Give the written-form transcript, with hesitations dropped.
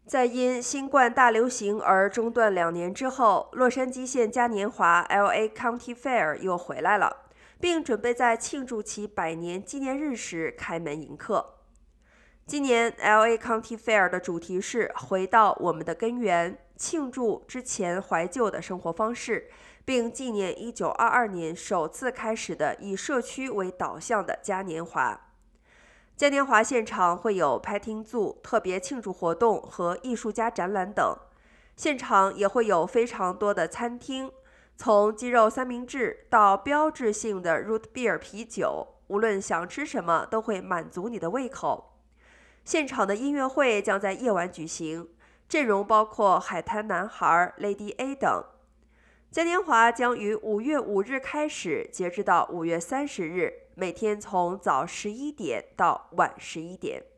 在因新冠大流行而中断2年之后，洛杉矶县嘉年华 （LA County Fair） 又回来了，并准备在庆祝其100年纪念日时开门迎客。今年 LA County Fair 的主题是回到我们的根源，庆祝之前怀旧的生活方式，并纪念1922年首次开始的以社区为导向的嘉年华。嘉年华现场会有拍厅组、特别庆祝活动和艺术家展览等，现场也会有非常多的餐厅，从鸡肉三明治到标志性的 root beer 啤酒，无论想吃什么都会满足你的胃口。现场的音乐会将在夜晚举行，阵容包括海滩男孩、Lady A 等。嘉年华将于5月5日开始，截至到5月30日，每天从早11点到晚11点。